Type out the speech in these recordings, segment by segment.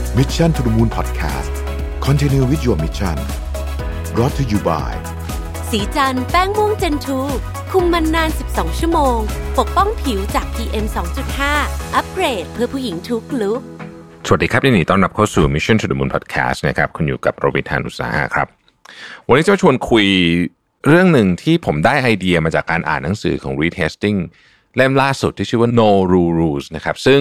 Mission to the Moon Podcast Continue with your mission brought to you by สีจันแป้งม่วงเจนทูคุมมันนาน12ชั่วโมงปกป้องผิวจาก PM 2.5 อัปเกรดเพื่อผู้หญิงทุกลุคสวัสดีครับยินดีต้อนรับเข้าสู่ Mission to the Moon Podcast นะครับคุณอยู่กับโรบิน ธารอุตสาหะครับวันนี้จะชวนคุยเรื่องหนึ่งที่ผมได้ไอเดียมาจากการอ่านหนังสือของ Reed Hastings เล่มล่าสุดที่ชื่อว่า No Rules นะครับซึ่ง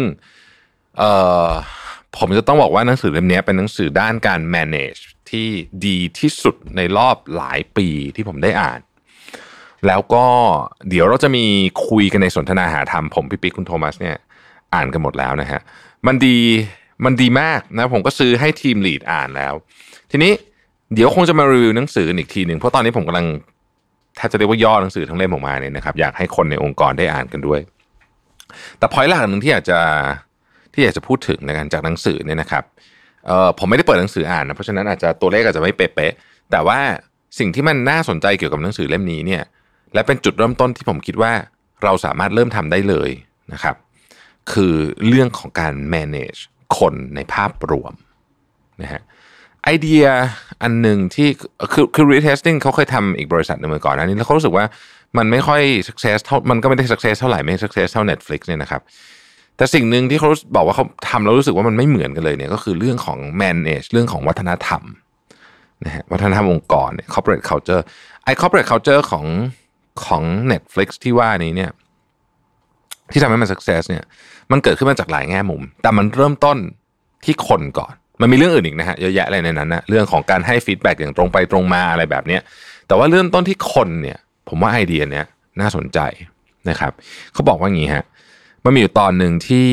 ผมจะต้องบอกว่าหนังสือเล่มนี้เป็นหนังสือด้านการ manage ที่ดีที่สุดในรอบหลายปีที่ผมได้อ่านแล้วก็เดี๋ยวเราจะมีคุยกันในสนทนาหาธรรมผมพี่ปิ๊กคุณโทมัสเนี่ยอ่านกันหมดแล้วนะฮะมันดีมากนะผมก็ซื้อให้ทีมลีดอ่านแล้วทีนี้เดี๋ยวคงจะมารีวิวหนังสืออีกทีหนึ่งเพราะตอนนี้ผมกำลังถ้าจะเรียกว่าย่อหนังสือทั้งเล่มออกมาเนี่ยนะครับอยากให้คนในองค์กรได้อ่านกันด้วยแต่พอยต์หลักนึงที่อยากจะพูดถึงในการจากหนังสือเนี่ยนะครับผมไม่ได้เปิดหนังสืออ่านนะเพราะฉะนั้นอาจจะตัวเลขอาจจะไม่เป๊ะๆแต่ว่าสิ่งที่มันน่าสนใจเกี่ยวกับหนังสือเล่มนี้เนี่ยและเป็นจุดเริ่มต้นที่ผมคิดว่าเราสามารถเริ่มทำได้เลยนะครับคือเรื่องของการ manage คนในภาพรวมนะฮะไอเดียอันหนึ่งที่คือ Reed Hastings เขาเคยทำอีกบริษัทหนึ่งมาก่อนนะนี่แล้วเขารู้สึกว่ามันไม่ค่อย success เท่ามันก็ไม่ได้ success เท่าไหร่ไม่ success เท่า Netflix เนี่ยนะครับแต่สิ่งหนึ่งที่เขาบอกว่าเขาทำแล้วรู้สึกว่ามันไม่เหมือนกันเลยเนี่ยก็คือเรื่องของ manage เรื่องของวัฒนธรรมนะฮะวัฒนธรรมองค์กรเนี่ย corporate culture corporate culture ของ Netflix ที่ว่านี้เนี่ยที่ทำให้มัน success เนี่ยมันเกิดขึ้นมาจากหลายแง่มุมแต่มันเริ่มต้นที่คนก่อนมันมีเรื่องอื่นอีกนะฮะเยอะแยะอะไรในนั้นนะเรื่องของการให้ฟีดแบ็กอย่างตรงไปตรงมาอะไรแบบนี้แต่ว่าเริ่มต้นที่คนเนี่ยผมว่าไอเดียเนี้ยน่าสนใจนะครับเขาบอกว่างี้ฮะมันมีอยู่ตอนหนึ่งที่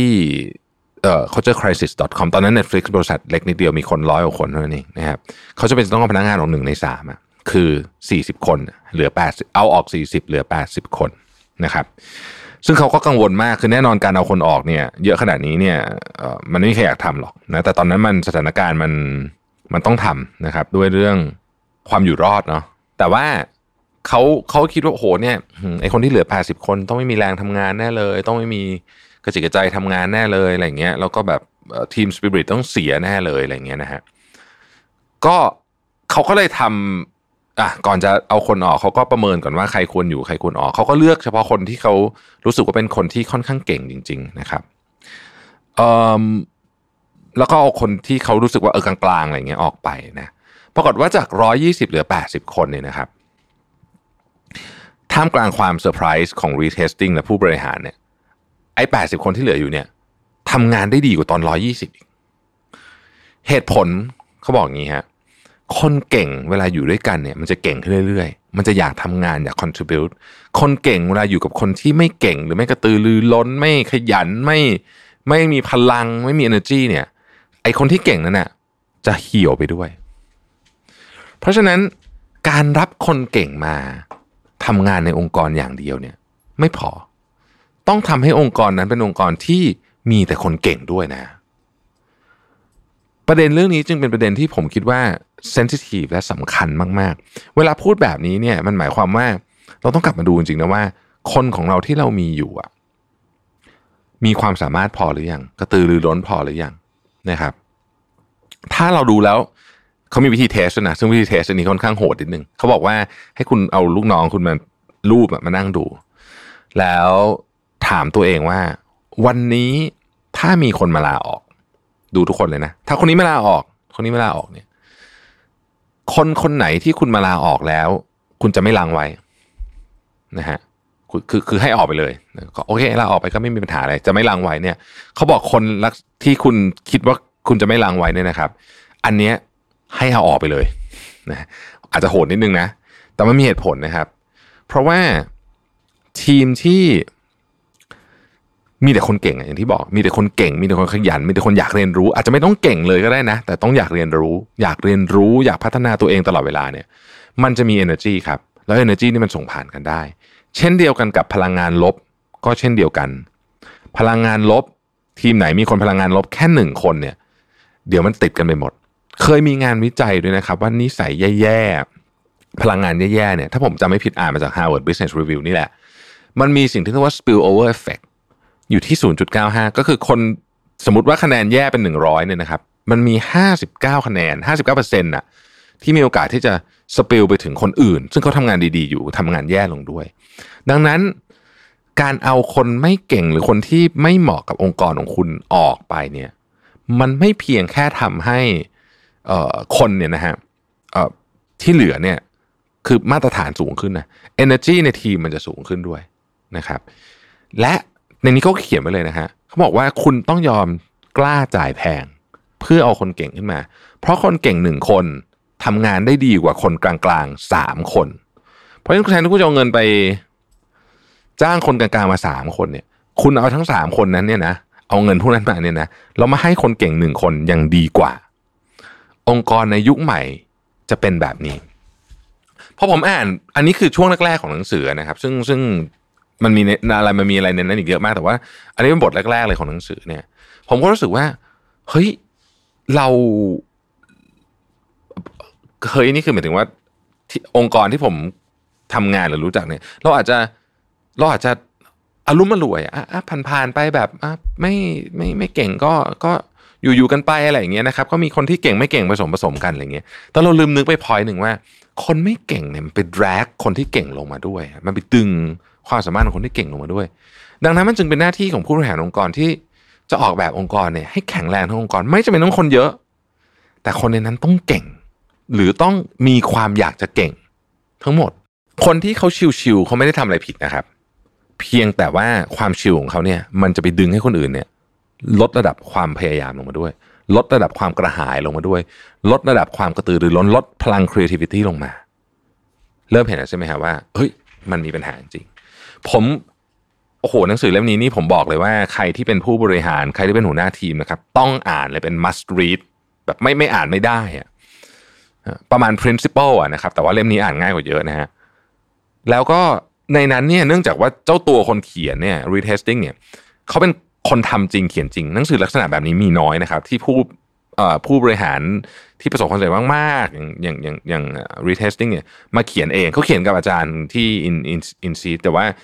culturecrisis.com ตอนนั้น Netflix บริษัทเล็กนิดเดียวมีคน100 กว่าคนเท่านั้นเองนะครับเขาจะเป็นต้องเอาพนักงานออก1 ใน 3อ่ะคือ40 คนเหลือ80เอาออก40เหลือ80 คนนะครับซึ่งเขาก็กังวลมากคือแน่นอนการเอาคนออกเนี่ยเยอะขนาดนี้เนี่ยมันไม่มีใครอยากทำหรอกนะแต่ตอนนั้นมันสถานการณ์มันต้องทำนะครับด้วยเรื่องความอยู่รอดเนาะแต่ว่าเขาคิดว่าโอ้โหเนี่ยไอคนที่เหลือ80 คนต้องไม่มีแรงทำงานแน่เลยต้องไม่มีกระจิตกระใจทำงานแน่เลยอะไรเงี้ยแล้วก็แบบทีมสปิริตต้องเสียแน่เลยอะไรเงี้ยนะฮะก็เขาก็เลยทำก่อนจะเอาคนออกเขาก็ประเมินก่อนว่าใครควรอยู่ใครควรออกเขาก็เลือกเฉพาะคนที่เขารู้สึกว่าเป็นคนที่ค่อนข้างเก่งจริงๆนะครับแล้วก็เอาคนที่เขารู้สึกว่ากลางๆอะไรเงี้ยออกไปนะปรากฏว่าจาก120เหลือ80 คนเนี่ยนะครับท่ามกลางความเซอร์ไพรส์ของ Reed Hastings และผู้บริหารเนี่ยไอ้80 คนที่เหลืออยู่เนี่ยทำงานได้ดีกว่าตอน120อีกเหตุผลเขาบอกอย่างนี้ฮะคนเก่งเวลาอยู่ด้วยกันเนี่ยมันจะเก่งขึ้นเรื่อยๆมันจะอยากทำงานอยาก contribute คนเก่งเวลาอยู่กับคนที่ไม่เก่งหรือไม่กระตือรือร้นไม่ขยันไม่มีพลังไม่มี energy เนี่ยไอคนที่เก่งนั้นน่ะจะเหี่ยวไปด้วยเพราะฉะนั้นการรับคนเก่งมาทำงานในองค์กรอย่างเดียวเนี่ยไม่พอต้องทำให้องค์กรนั้นเป็นองค์กรที่มีแต่คนเก่งด้วยนะประเด็นเรื่องนี้จึงเป็นประเด็นที่ผมคิดว่าเซนซิทีฟและสำคัญมากๆเวลาพูดแบบนี้เนี่ยมันหมายความว่าเราต้องกลับมาดูจริงๆนะว่าคนของเราที่เรามีอยู่มีความสามารถพอหรือยังกระตือรือร้นพอหรือยังนะครับถ้าเราดูแล้วเขามีวิธีเทสนะซึ่งวิธีเทสนี้ค่อนข้างโหดนิดนึงเขาบอกว่าให้คุณเอาลูกน้องคุณมารูปมานั่งดูแล้วถามตัวเองว่าวันนี้ถ้ามีคนมาลาออกดูทุกคนเลยนะถ้าคนนี้ไม่ลาออกเนี่ยคนไหนที่คุณมาลาออกแล้วคุณจะไม่ล้างไว้นะฮะคือให้ออกไปเลยโอเคลาออกไปก็ไม่มีปัญหาอะไรจะไม่ล้างไว้เนี่ยเขาบอกคนที่คุณคิดว่าคุณจะไม่ล้างไว้เนี่ยนะครับอันเนี้ยให้เอาออกไปเลยนะอาจจะโหดนิดนึงนะแต่มันมีเหตุผลนะครับเพราะว่าทีมที่มีแต่คนเก่งอย่างที่บอกมีแต่คนเก่งมีแต่คนขยันมีแต่คนอยากเรียนรู้อาจจะไม่ต้องเก่งเลยก็ได้นะแต่ต้องอยากเรียนรู้อยากพัฒนาตัวเองตลอดเวลาเนี่ยมันจะมี energy ครับแล้ว energy นี่มันส่งผ่านกันได้เช่นเดียวกันกับพลังงานลบก็เช่นเดียวกันพลังงานลบทีมไหนมีคนพลังงานลบแค่1 คนเนี่ยเดี๋ยวมันติดกันไปหมดเคยมีงานวิจัยด้วยนะครับว่านิสัยแย่ๆพลังงานแย่ๆเนี่ยถ้าผมจำไม่ผิดอ่านมาจาก Harvard Business Review นี่แหละมันมีสิ่งที่เรียกว่า spillover effect อยู่ที่ 0.95 ก็คือคนสมมุติว่าคะแนนแย่เป็น100เนี่ยนะครับมันมี59คะแนน 59% น่ะที่มีโอกาสที่จะสปิลไปถึงคนอื่นซึ่งเขาทำงานดีๆอยู่ทำงานแย่ลงด้วยดังนั้นการเอาคนไม่เก่งหรือคนที่ไม่เหมาะกับองค์กรของคุณออกไปเนี่ยมันไม่เพียงแค่ทำให้คนเนี่ยนะฮะที่เหลือเนี่ยคือมาตรฐานสูงขึ้นนะ energy ในทีมมันจะสูงขึ้นด้วยนะครับและในนี้เขาเขียนไว้เลยนะฮะเขาบอกว่าคุณต้องยอมกล้าจ่ายแพงเพื่อเอาคนเก่งขึ้นมาเพราะคนเก่ง1คนทำงานได้ดีกว่าคนกลางๆ3คนเพราะฉะนั้นแทนที่คุณจะเอาเงินไปจ้างคนกลางๆมา3คนเนี่ยคุณเอาทั้ง3คนนั้นเนี่ยนะเอาเงินพวกนั้นมาเนี่ยนะเรามาให้คนเก่ง1คนยังดีกว่าองค์กรในยุคใหม่จะเป็นแบบนี้พอผมอ่านอันนี้คือช่วงแรกๆของหนังสือนะครับซึ่งมันมีอะไรในนั้นอีกเยอะมากแต่ว่าอันนี้เป็นบทแรกๆเลยของหนังสือเนี่ยผมก็รู้สึกว่าเฮ้ยเรานี่คือหมายถึงว่าองค์กรที่ผมทำงานหรือรู้จักเนี่ยเราอาจจะอารมณ์มารวยผ่านไปแบบไม่เก่งก็อยู่กันไปอะไรอย่างเงี้ยนะครับก็มีคนที่เก่งไม่เก่งผสมกันอะไรเงี้ยแต่เราลืมนึกไปพอยต์นึงว่าคนไม่เก่งเนี่ยมันไปแดรกคนที่เก่งลงมาด้วยมันไปดึงความสามารถของคนที่เก่งลงมาด้วยดังนั้นมันจึงเป็นหน้าที่ของผู้บริหารองค์กรที่จะออกแบบองค์กรเนี่ยให้แข็งแรงทั้งองค์กรไม่จำเป็นต้องคนเยอะแต่คนในนั้นต้องเก่งหรือต้องมีความอยากจะเก่งทั้งหมดคนที่เขาชิวๆเขาไม่ได้ทำอะไรผิดนะครับเพียงแต่ว่าความชิวของเขาเนี่ยมันจะไปดึงให้คนอื่นเนี่ยลดระดับความพยายามลงมาด้วยลดระดับความกระหายลงมาด้วยลดระดับความกระตือรือร้นลดพลัง creativity ลงมาเริ่มเห็นแล้วใช่ไหมครับว่าเฮ้ยมันมีปัญหาจริงผมโอ้โหหนังสือเล่มนี้นี่ผมบอกเลยว่าใครที่เป็นผู้บริหารใครที่เป็นหัวหน้าทีมนะครับต้องอ่านเลยเป็น must read แบบไม่อ่านไม่ได้อะประมาณ principle อ่ะนะครับแต่ว่าเล่มนี้อ่านง่ายกว่าเยอะนะฮะแล้วก็ในนั้นเนี่ยเนื่องจากว่าเจ้าตัวคนเขียนเนี่ย Reed Hastings เนี่ยเขาเป็นคนทำจริงเขียนจริงหนังสือลักษณะแบบนี้มีน้อยนะครับที่ผู้บริหารที่ประสบความสำเร็จมากๆอย่าง Reed Hastings เนี่ยมาเขียนเองเขาเขียนกับอาจารย์ที่ Inseed แต่ว่า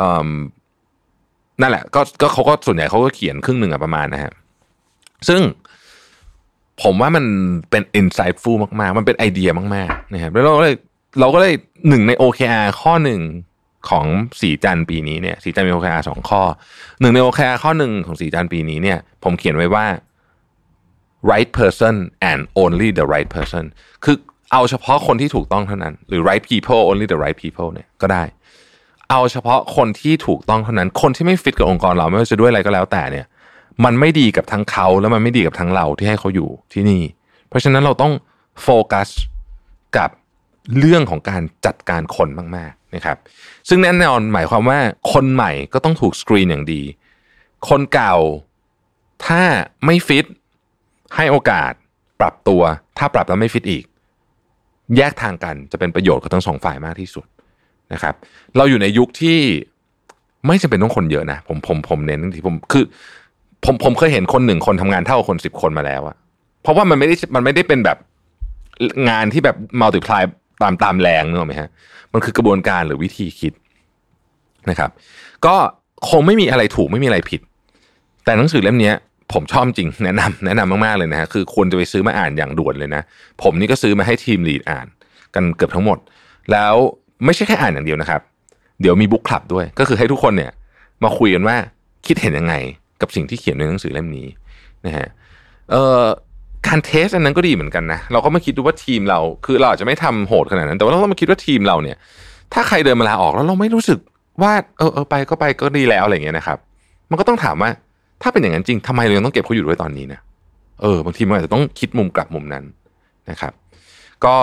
นั่นแหละก็เขาก็ส่วนใหญ่เขาก็เขียนครึ่งหนึ่งประมาณนะฮะซึ่งผมว่ามันเป็น insightful มากๆมันเป็นไอเดียมากๆนะครับแล้วเราก็เลยหนึ่งใน OKR ข้อหนึ่งของสีจันทร์ปีนี้เนี่ยสีจันทร์มี OKR 2ข้อหนึ่งใน OKR ข้อหนึ่งของสีจันทร์ปีนี้เนี่ยผมเขียนไว้ว่า right person and only the right person คือเอาเฉพาะคนที่ถูกต้องเท่านั้นหรือ right people only the right people เนี่ยก็ได้เอาเฉพาะคนที่ถูกต้องเท่านั้นคนที่ไม่ฟิตกับองค์กรเราไม่ว่าจะด้วยอะไรก็แล้วแต่เนี่ยมันไม่ดีกับทั้งเขาแล้วมันไม่ดีกับทั้งเราที่ให้เขาอยู่ที่นี่เพราะฉะนั้นเราต้องโฟกัสกับเรื่องของการจัดการคนมากๆนะครับซึ่งแน่นอนหมายความว่าคนใหม่ก็ต้องถูกสกรีนอย่างดีคนเก่าถ้าไม่ฟิตให้โอกาสปรับตัวถ้าปรับแล้วไม่ฟิตอีกแยกทางกันจะเป็นประโยชน์กับทั้งสองฝ่ายมากที่สุดนะครับเราอยู่ในยุคที่ไม่จำเป็นต้องคนเยอะนะผมเน้นที่ผมเคยเห็นคน1คนทำงานเท่าคน10คนมาแล้วอะเพราะว่ามันไม่ได้เป็นแบบงานที่แบบมัลติพลายตามแรงนึกออกไหมฮะมันคือกระบวนการหรือวิธีคิดนะครับก็คงไม่มีอะไรถูกไม่มีอะไรผิดแต่หนังสือเล่มนี้ผมชอบจริงแนะนำมากๆเลยนะฮะคือควรจะไปซื้อมาอ่านอย่างด่วนเลยนะผมนี่ก็ซื้อมาให้ทีมลีดอ่านกันเกือบทั้งหมดแล้วไม่ใช่แค่อ่านอย่างเดียวนะครับเดี๋ยวมีบุ๊กคลับด้วยก็คือให้ทุกคนเนี่ยมาคุยกันว่าคิดเห็นยังไงกับสิ่งที่เขียนในหนังสือเล่มนี้นะฮะการเทสอันนั้นก็ดีเหมือนกันนะเราก็มาคิดดูว่าทีมเราคือเราอาจจะไม่ทำโหดขนาดนั้นแต่ว่าเราต้องมาคิดว่าทีมเราเนี่ยถ้าใครเดินมาลาออกแล้วเราไม่รู้สึกว่าไปก็ดีแล้วอะไรอย่างเงี้ยนะครับมันก็ต้องถามว่าถ้าเป็นอย่างนั้นจริงทำไมเราต้องเก็บเขาอยู่ด้วยตอนนี้นะบางทีมันอาจจะต้องคิดมุมกลับมุมนั้นนะครับก็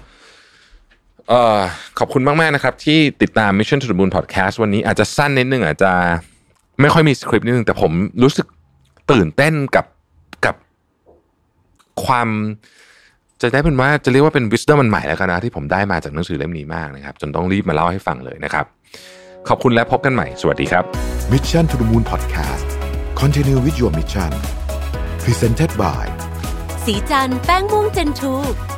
ขอบคุณมากๆนะครับที่ติดตาม Mission to the Moon Podcast วันนี้อาจจะสั้นนิดนึงอาจจะไม่ค่อยมีสคริปต์นิดนึงแต่ผมรู้สึกตื่นเต้นกับความจะได้เป็นว่าจะเรียกว่าเป็น wisdom มันใหม่แล้วกันนะที่ผมได้มาจากหนังสือเล่มนี้มากนะครับจนต้องรีบมาเล่าให้ฟังเลยนะครับขอบคุณและพบกันใหม่สวัสดีครับ Mission to the Moon Podcast Continue with your mission Presented by สีจันทร์แป้งม่วงเจนทู